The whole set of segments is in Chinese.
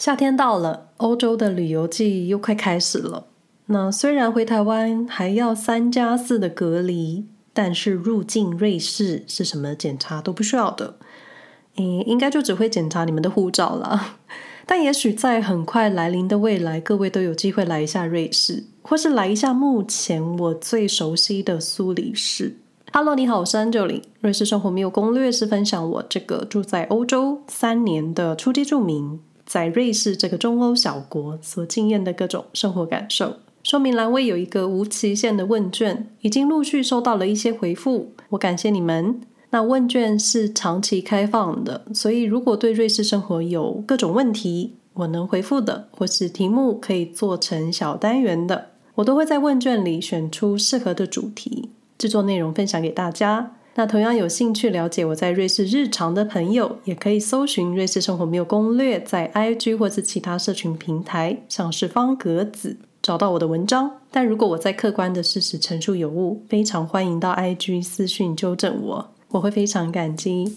夏天到了，欧洲的旅游季又快开始了。那虽然回台湾还要3+4的隔离，但是入境瑞士是什么检查都不需要的。应该就只会检查你们的护照啦。但也许在很快来临的未来，各位都有机会来一下瑞士，或是来一下目前我最熟悉的苏黎世。Hello， 你好，我是 Angeline。瑞士生活没有攻略是分享我这个住在欧洲3年的初阶住民，在瑞士这个中欧小国所经验的各种生活感受。说明栏位有一个无期限的问卷，已经陆续收到了一些回复，我感谢你们。那问卷是长期开放的，所以如果对瑞士生活有各种问题，我能回复的，或是题目可以做成小单元的，我都会在问卷里选出适合的主题，制作内容分享给大家。那同样有兴趣了解我在瑞士日常的朋友，也可以搜寻瑞士生活没有攻略，在 IG 或是其他社群平台，像是方格子找到我的文章。但如果我在客观的事实陈述有误，非常欢迎到 IG 私讯纠正我，我会非常感激。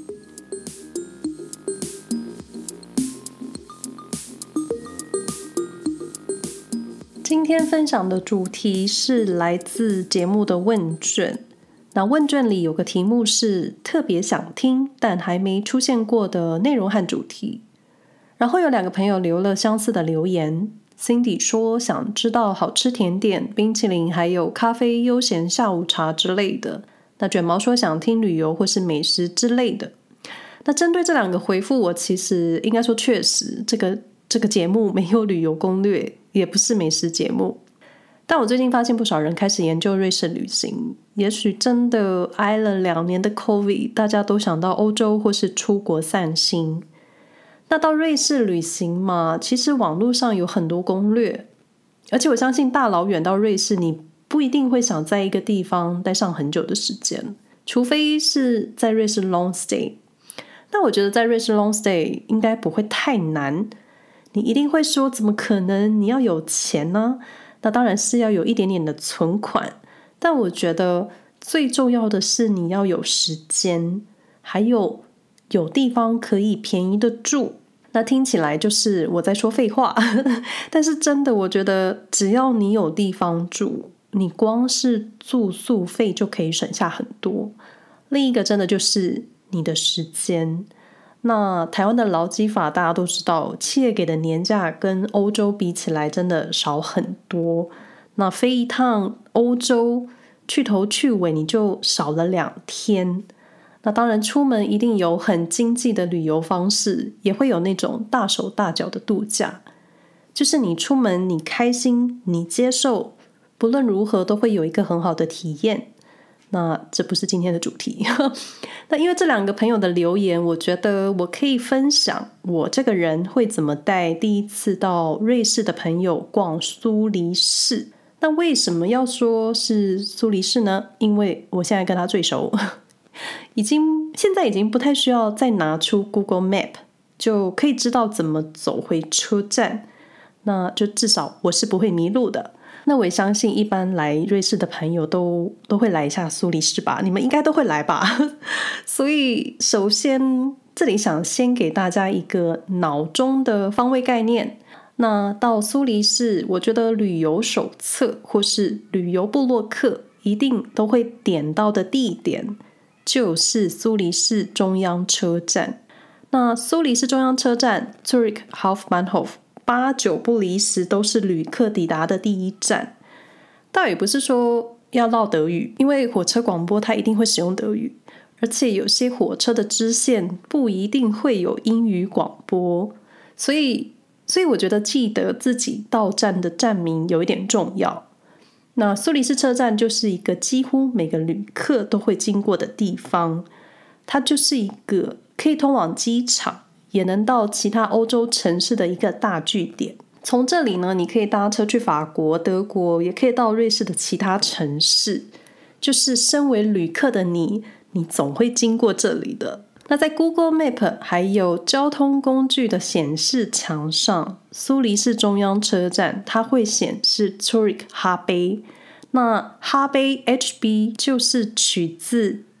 今天分享的主题是来自节目的问卷。那问卷里有个题目是特别想听但还没出现过的内容和主题，然后有2个朋友留了相似的留言。 Cindy 说想知道好吃甜点、冰淇淋还有咖啡、悠闲下午茶之类的。那卷毛说想听旅游或是美食之类的。那针对这2个回复，我其实应该说确实这个节目没有旅游攻略，也不是美食节目。但我最近发现不少人开始研究瑞士旅行，也许真的挨了2年的 COVID， 大家都想到欧洲或是出国散心。那到瑞士旅行嘛，其实网络上有很多攻略，而且我相信大老远到瑞士，你不一定会想在一个地方待上很久的时间，除非是在瑞士 long stay。 那我觉得在瑞士 long stay 应该不会太难。你一定会说怎么可能，你要有钱呢？那当然是要有一点点的存款，但我觉得最重要的是你要有时间，还有地方可以便宜的住。那听起来就是我在说废话但是真的我觉得只要你有地方住，你光是住宿费就可以省下很多。另一个真的就是你的时间。那台湾的劳基法大家都知道，企业给的年假跟欧洲比起来真的少很多。那飞一趟欧洲去头去尾你就少了2天。那当然出门一定有很经济的旅游方式，也会有那种大手大脚的度假，就是你出门你开心你接受，不论如何都会有一个很好的体验。那这不是今天的主题那因为这2个朋友的留言，我觉得我可以分享我这个人会怎么带第一次到瑞士的朋友逛苏黎世。那为什么要说是苏黎世呢？因为我现在跟他最熟现在已经不太需要再拿出 Google Map 就可以知道怎么走回车站，那就至少我是不会迷路的。那我也相信一般来瑞士的朋友都会来一下苏黎世吧，你们应该都会来吧所以首先这里想先给大家一个脑中的方位概念。那到苏黎世，我觉得旅游手册或是旅游部落客一定都会点到的地点就是苏黎世中央车站。那苏黎世中央车站 Zurich Hauptbahnhof 8、9不离十都是旅客抵达的第一站。倒也不是说要唠德语，因为火车广播它一定会使用德语，而且有些火车的支线不一定会有英语广播，所以我觉得记得自己到站的站名有一点重要。那苏黎世车站就是一个几乎每个旅客都会经过的地方，它就是一个可以通往机场也能到其他欧洲城市的一个大据点。从这里呢，你可以搭车去法国、德国，也可以到瑞士的其他城市。就是身为旅客的你总会经过这里的。那在 Google Map 还有交通工具的显示墙上，苏黎世中央车站它会显示 Zurich 哈贝。那哈贝 HB 就是取自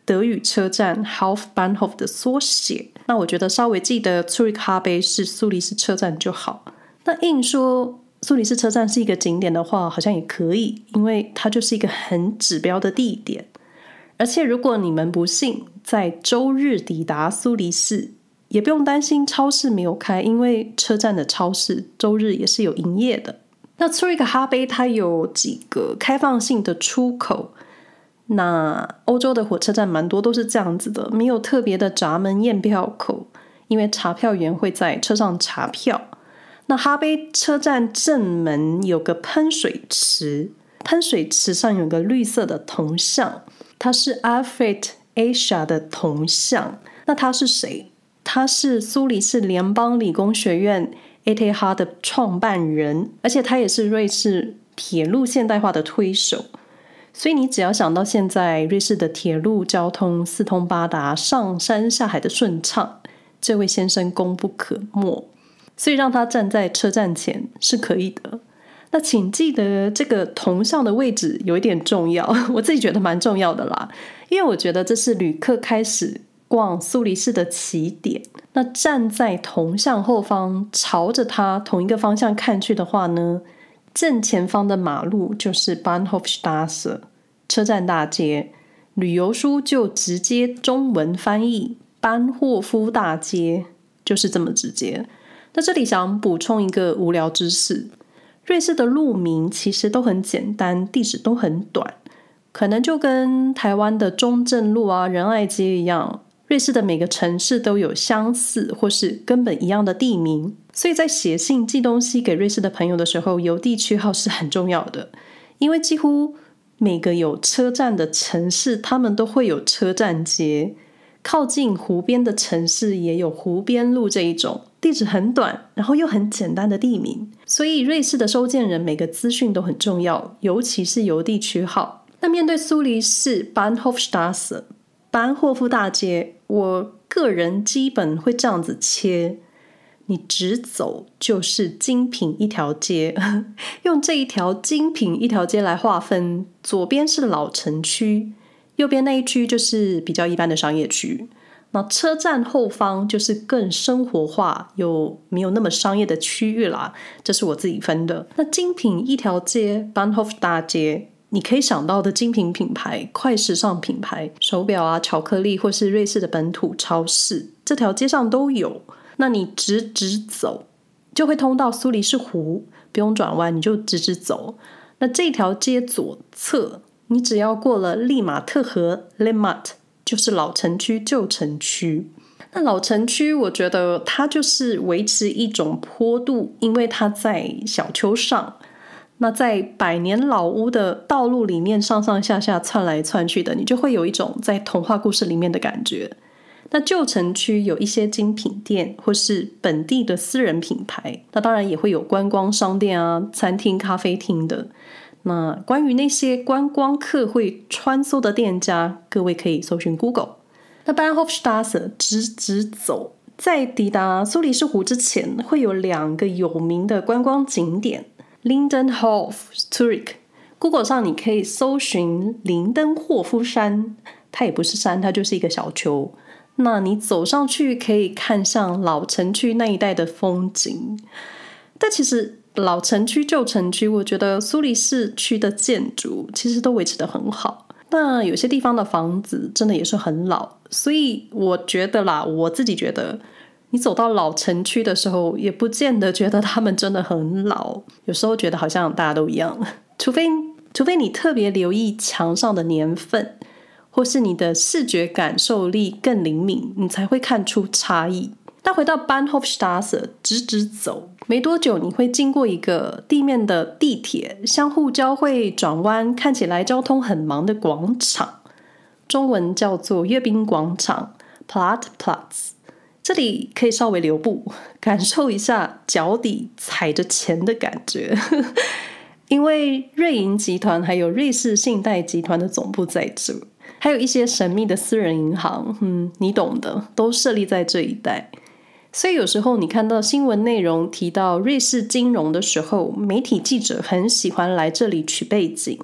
德语车站 Hauptbahnhof 的缩写。那我觉得稍微记得 Zurich Hauptbahnhof 是苏黎世车站就好。那硬说苏黎世车站是一个景点的话，好像也可以，因为它就是一个很指标的地点。而且如果你们不幸在周日抵达苏黎世，也不用担心超市没有开，因为车站的超市周日也是有营业的。那 Zurich Hauptbahnhof 它有几个开放性的出口，那欧洲的火车站蛮多都是这样子的，没有特别的闸门验票口，因为查票员会在车上查票。那哈贝车站正门有个喷水池，喷水池上有个绿色的铜像，它是 Alfred Escher 的铜像。那他是谁？他是苏黎世联邦理工学院 ETH 的创办人，而且他也是瑞士铁路现代化的推手。所以你只要想到现在瑞士的铁路交通四通八达，上山下海的顺畅，这位先生功不可没，所以让他站在车站前是可以的。那请记得这个铜像的位置有一点重要，我自己觉得蛮重要的啦，因为我觉得这是旅客开始逛苏黎世的起点。那站在铜像后方，朝着它同一个方向看去的话呢，正前方的马路就是 Bahnhofstrasse 车站大街，旅游书就直接中文翻译班霍夫大街，就是这么直接。那这里想补充一个无聊知识，瑞士的路名其实都很简单，地址都很短，可能就跟台湾的中正路啊、仁爱街一样，瑞士的每个城市都有相似或是根本一样的地名，所以在写信寄东西给瑞士的朋友的时候，邮递区号是很重要的，因为几乎每个有车站的城市，他们都会有车站街，靠近湖边的城市也有湖边路这一种地址很短然后又很简单的地名，所以瑞士的收件人每个资讯都很重要，尤其是邮递区号。那面对苏黎世 Bahnhofstrasse 班霍夫大街，我个人基本会这样子切，你直走就是精品一条街用这一条精品一条街来划分，左边是老城区，右边那一区就是比较一般的商业区，那车站后方就是更生活化又没有那么商业的区域啦，这是我自己分的。那精品一条街 Bahnhof 大街，你可以想到的精品品牌、快时尚品牌、手表啊、巧克力或是瑞士的本土超市，这条街上都有。那你直走就会通到苏黎世湖，不用转弯，你就直走。那这条街左侧你只要过了利马特河 Limmat 就是老城区旧城区。那老城区我觉得它就是维持一种坡度，因为它在小丘上，那在百年老屋的道路里面上上下下窜来窜去的，你就会有一种在童话故事里面的感觉。那旧城区有一些精品店或是本地的私人品牌，那当然也会有观光商店啊、餐厅、咖啡厅的。那关于那些观光客会穿梭的店家，各位可以搜寻 Google。 那 Bahnhofstrasse 直走，在抵达苏黎世湖之前会有2个有名的观光景点 Lindenhof Zurich， Google 上你可以搜寻林登霍夫山，它也不是山，它就是一个小丘，那你走上去可以看向老城区那一带的风景。但其实老城区旧城区，我觉得苏黎世区的建筑其实都维持得很好，那有些地方的房子真的也是很老，所以我觉得啦，我自己觉得你走到老城区的时候也不见得觉得他们真的很老，有时候觉得好像大家都一样，除非你特别留意墙上的年份，或是你的视觉感受力更灵敏，你才会看出差异。那回到 Bahnhofstrasse 直走，没多久你会经过一个地面的地铁相互交汇转弯，看起来交通很忙的广场，中文叫做阅兵广场 Plattplatz。 这里可以稍微留步，感受一下脚底踩着钱的感觉因为瑞银集团还有瑞士信贷集团的总部在这，还有一些神秘的私人银行，你懂的，都设立在这一带。所以有时候你看到新闻内容提到瑞士金融的时候，媒体记者很喜欢来这里取背景。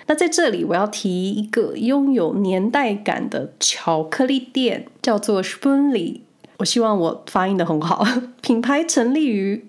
那在这里我要提一个拥有年代感的巧克力店，叫做 Spoonly， 我希望我发音的很好。品牌成立于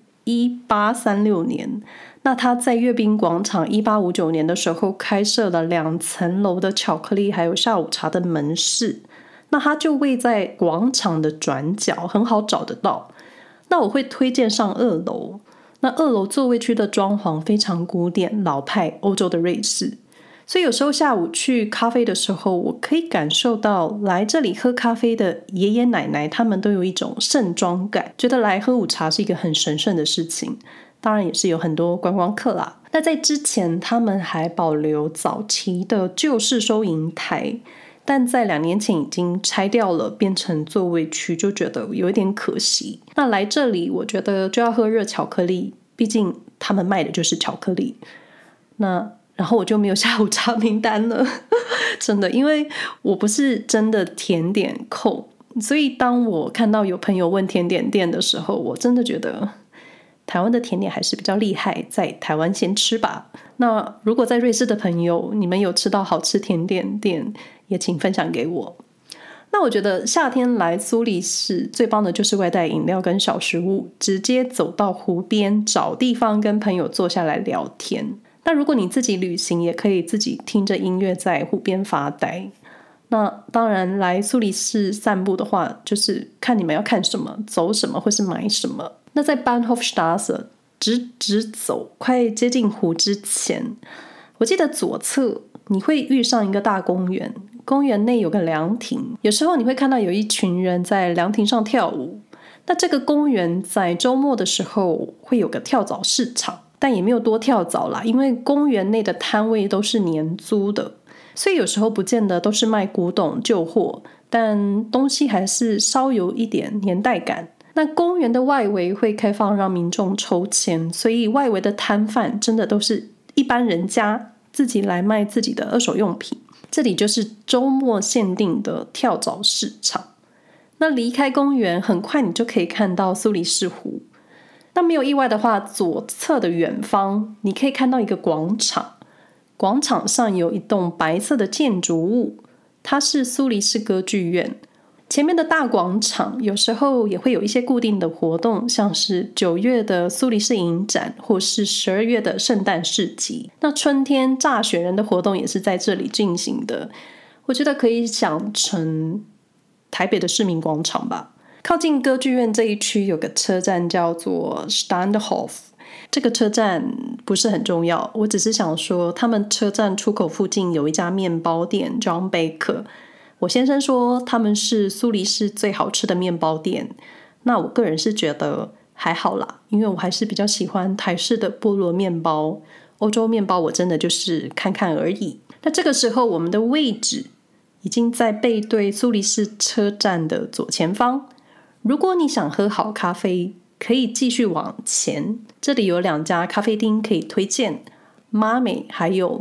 1836年，那它在阅兵广场1859年的时候开设了2层楼的巧克力还有下午茶的门市，那它就位在广场的转角，很好找得到。那我会推荐上2楼，那2楼座位区的装潢非常古典老派欧洲的瑞士，所以有时候下午去咖啡的时候，我可以感受到来这里喝咖啡的爷爷奶奶他们都有一种盛装感，觉得来喝午茶是一个很神圣的事情。当然也是有很多观光客啦。那在之前他们还保留早期的旧式收银台，但在2年前已经拆掉了，变成座位区，就觉得有一点可惜。那来这里我觉得就要喝热巧克力，毕竟他们卖的就是巧克力。然后我就没有下午茶名单了真的，因为我不是真的甜点控，所以当我看到有朋友问甜点店的时候，我真的觉得台湾的甜点还是比较厉害，在台湾先吃吧。那如果在瑞士的朋友，你们有吃到好吃甜点店，也请分享给我。那我觉得夏天来苏黎世最棒的就是外带饮料跟小食物，直接走到湖边找地方跟朋友坐下来聊天。那如果你自己旅行，也可以自己听着音乐在湖边发呆。那当然来苏黎世散步的话，就是看你们要看什么，走什么或是买什么。那在 Bahnhofstrasse 直走快接近湖之前，我记得左侧你会遇上一个大公园，公园内有个凉亭，有时候你会看到有一群人在凉亭上跳舞。那这个公园在周末的时候会有个跳蚤市场，但也没有多跳蚤啦，因为公园内的摊位都是年租的，所以有时候不见得都是卖古董旧货，但东西还是稍有一点年代感。那公园的外围会开放让民众抽签，所以外围的摊贩真的都是一般人家自己来卖自己的二手用品。这里就是周末限定的跳蚤市场。那离开公园很快你就可以看到苏黎世湖。那没有意外的话，左侧的远方你可以看到一个广场，广场上有一栋白色的建筑物，它是苏黎世歌剧院。前面的大广场有时候也会有一些固定的活动，像是9月的苏黎世影展，或是12月的圣诞市集。那春天炸雪人的活动也是在这里进行的，我觉得可以想成台北的市民广场吧。靠近歌剧院这一区有个车站叫做 Stadthof， 这个车站不是很重要，我只是想说他们车站出口附近有一家面包店 John Baker，我先生说他们是苏黎世最好吃的面包店，那我个人是觉得还好啦，因为我还是比较喜欢台式的菠萝面包，欧洲面包我真的就是看看而已。那这个时候我们的位置已经在背对苏黎世车站的左前方，如果你想喝好咖啡，可以继续往前，这里有2家咖啡厅可以推荐， Mame 还有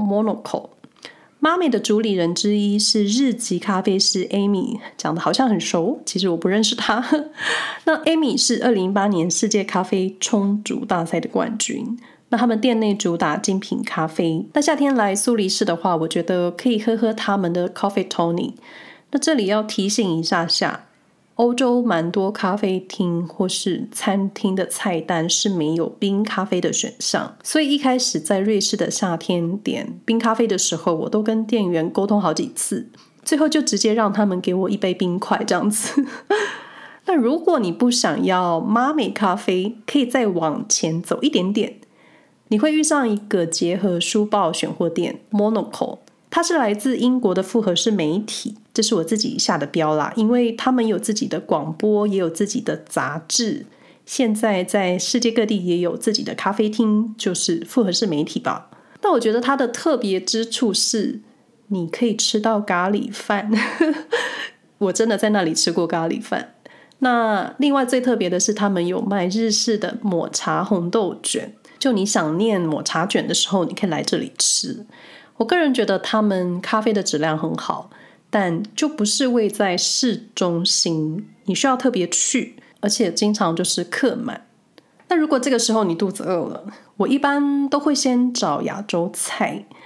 Monaco。Mame 的主理人之一是日籍咖啡师 Amy， 讲得好像很熟，其实我不认识她那 Amy 是2018年世界咖啡冲煮大赛的冠军，那他们店内主打精品咖啡。那夏天来苏黎世的话，我觉得可以喝喝他们的 Coffee Tony。 那这里要提醒一下欧洲蛮多咖啡厅或是餐厅的菜单是没有冰咖啡的选项，所以一开始在瑞士的夏天点冰咖啡的时候，我都跟店员沟通好几次，最后就直接让他们给我一杯冰块这样子那如果你不想要妈美咖啡，可以再往前走一点点，你会遇上一个结合书报选货店 Monaco，它是来自英国的复合式媒体，这是我自己下的标啦，因为他们有自己的广播，也有自己的杂志，现在在世界各地也有自己的咖啡厅，就是复合式媒体吧。那我觉得它的特别之处是你可以吃到咖喱饭我真的在那里吃过咖喱饭。那另外最特别的是他们有卖日式的抹茶红豆卷，就你想念抹茶卷的时候，你可以来这里吃。我个人觉得他们咖啡的质量很好，但就不是位在市中心，你需要特别去，而且经常就是客满。那如果这个时候你肚子饿了，我一般都会先找亚洲菜，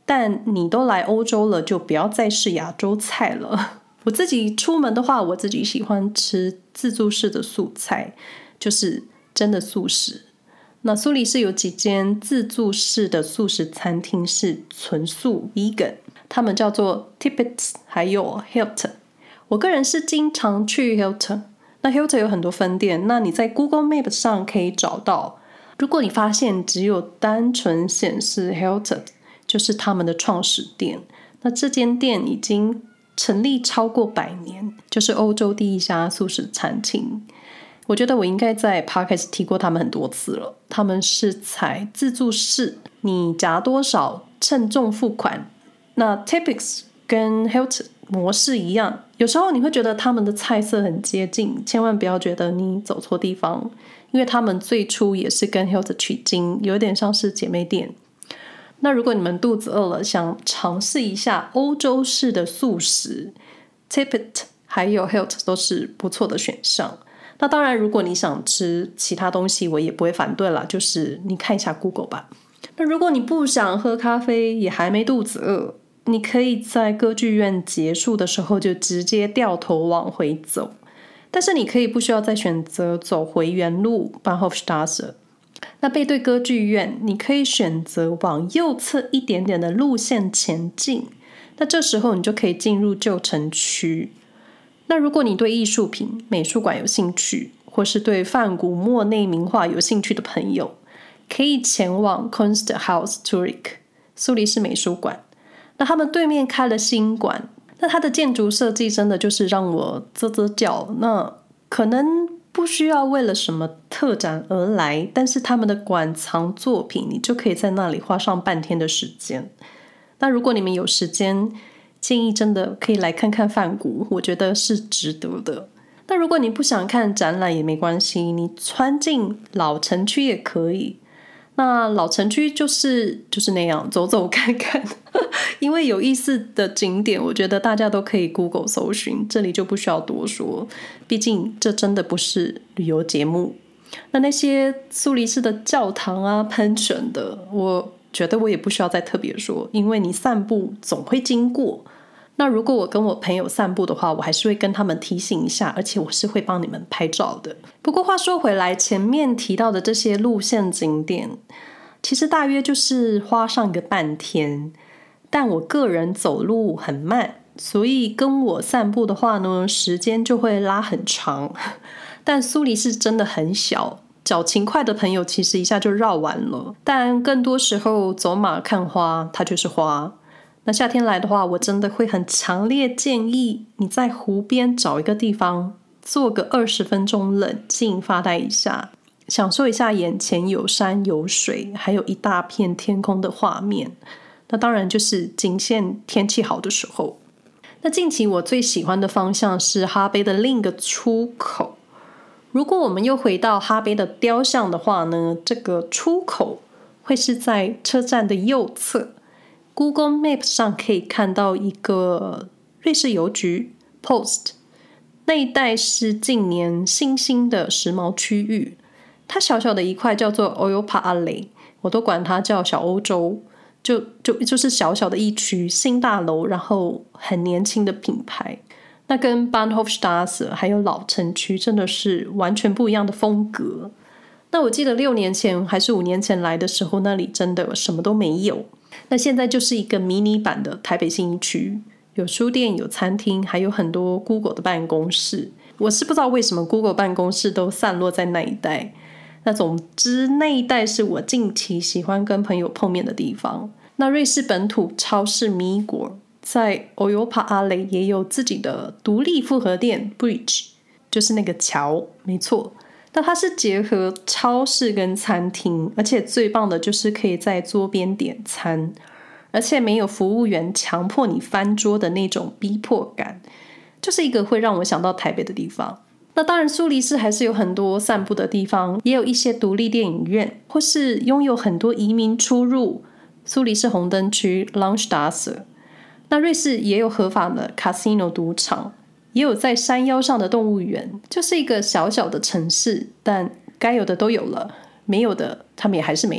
但你都来欧洲了，就不要再是亚洲菜了。我自己出门的话，我自己喜欢吃自助式的素菜，就是真的素食。那苏黎世有几间自助式的素食餐厅是纯素 vegan， 他们叫做 Tippett 还有 Hilton。 我个人是经常去 Hilton， 那 Hilton 有很多分店，那你在 Google Map 上可以找到。如果你发现只有单纯显示 Hilton， 就是他们的创始店，那这间店已经成立超过100年，就是欧洲第一家素食餐厅。我觉得我应该在 Podcast 提过他们很多次了。他们是采自助式，你夹多少称重付款。那 Tippett 跟 Hilton 模式一样，有时候你会觉得他们的菜色很接近，千万不要觉得你走错地方，因为他们最初也是跟 Hilton 取经，有点像是姐妹店。那如果你们肚子饿了，想尝试一下欧洲式的素食， Tippett 还有 Hilton 都是不错的选项。那当然如果你想吃其他东西，我也不会反对啦，就是你看一下 Google 吧。那如果你不想喝咖啡，也还没肚子饿，你可以在歌剧院结束的时候就直接掉头往回走，但是你可以不需要再选择走回原路 Bahnhofstrasse。 那背对歌剧院，你可以选择往右侧一点点的路线前进，那这时候你就可以进入旧城区。那如果你对艺术品、美术馆有兴趣，或是对梵谷、莫内名画有兴趣的朋友，可以前往 Kunsthaus Zurich 苏黎世美术馆。那他们对面开了新馆，那它的建筑设计真的就是让我啧啧叫。那可能不需要为了什么特展而来，但是他们的馆藏作品，你就可以在那里花上半天的时间。那如果你们有时间，建议真的可以来看看梵谷，我觉得是值得的。那如果你不想看展览也没关系，你穿进老城区也可以。那老城区就是那样走走看看因为有意思的景点，我觉得大家都可以 Google 搜寻，这里就不需要多说，毕竟这真的不是旅游节目。那些苏黎世的教堂啊、喷泉的，我觉得我也不需要再特别说，因为你散步总会经过。那如果我跟我朋友散步的话，我还是会跟他们提醒一下，而且我是会帮你们拍照的。不过话说回来，前面提到的这些路线景点，其实大约就是花上个半天，但我个人走路很慢，所以跟我散步的话呢，时间就会拉很长。但苏黎世真的很小，脚勤快的朋友其实一下就绕完了，但更多时候走马看花，它就是花。那夏天来的话，我真的会很强烈建议你在湖边找一个地方，坐个20分钟，冷静发呆一下，享受一下眼前有山有水，还有一大片天空的画面。那当然就是仅限天气好的时候。那近期我最喜欢的方向是哈贝的另一个出口。如果我们又回到哈贝的雕像的话呢，这个出口会是在车站的右侧。Google Map 上可以看到一个瑞士邮局 Post， 那一带是近年新兴的时髦区域，它小小的一块叫做 Europa-Allee， 我都管它叫小欧洲，就是小小的一区新大楼，然后很年轻的品牌。那跟 Bahnhofstrasse 还有老城区真的是完全不一样的风格。那我记得6年前还是5年前来的时候，那里真的什么都没有。那现在就是一个迷你版的台北信义区，有书店、有餐厅，还有很多 Google 的办公室。我是不知道为什么 Google 办公室都散落在那一带。那总之那一带是我近期喜欢跟朋友碰面的地方。那瑞士本土超市 Migros 在 Europa-Allee 也有自己的独立复合店 Bridge， 就是那个桥，没错。那它是结合超市跟餐厅，而且最棒的就是可以在桌边点餐，而且没有服务员强迫你翻桌的那种逼迫感，就是一个会让我想到台北的地方。那当然苏黎世还是有很多散步的地方，也有一些独立电影院，或是拥有很多移民出入苏黎世红灯区 Langstrasse。 那瑞士也有合法的 casino 赌场，也有在山腰上的动物园，就是一个小小的城市，但该有的都有了，没有的他们也还是没有。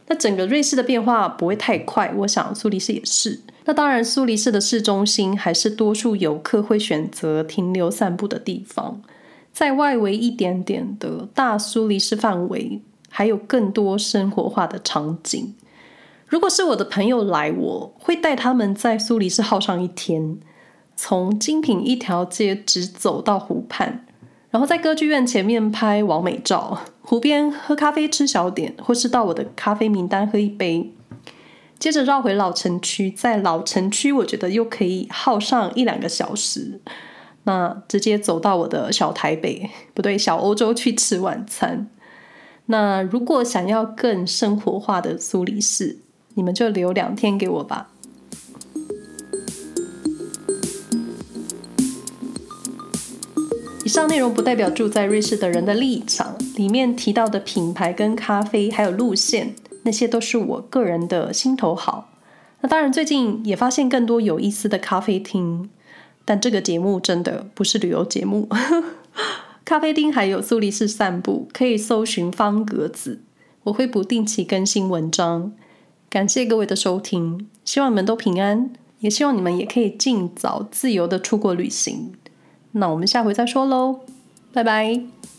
那整个瑞士的变化不会太快，我想苏黎世也是。那当然，苏黎世的市中心还是多数游客会选择停留散步的地方。在外围一点点的大苏黎世范围，还有更多生活化的场景。如果是我的朋友来，我会带他们在苏黎世耗上一天，从精品一条街直走到湖畔，然后在歌剧院前面拍完美照，湖边喝咖啡吃小点，或是到我的咖啡名单喝一杯，接着绕回老城区，在老城区我觉得又可以耗上1-2个小时，那直接走到我的小台北，不对，小欧洲去吃晚餐。那如果想要更生活化的苏黎世，你们就留2天给我吧。以上内容不代表住在瑞士的人的立场，里面提到的品牌跟咖啡还有路线，那些都是我个人的心头好。那当然最近也发现更多有意思的咖啡厅，但这个节目真的不是旅游节目。咖啡厅还有苏黎世散步，可以搜寻方格子，我会不定期更新文章。感谢各位的收听，希望你们都平安，也希望你们也可以尽早自由的出国旅行。那我们下回再说咯，拜拜。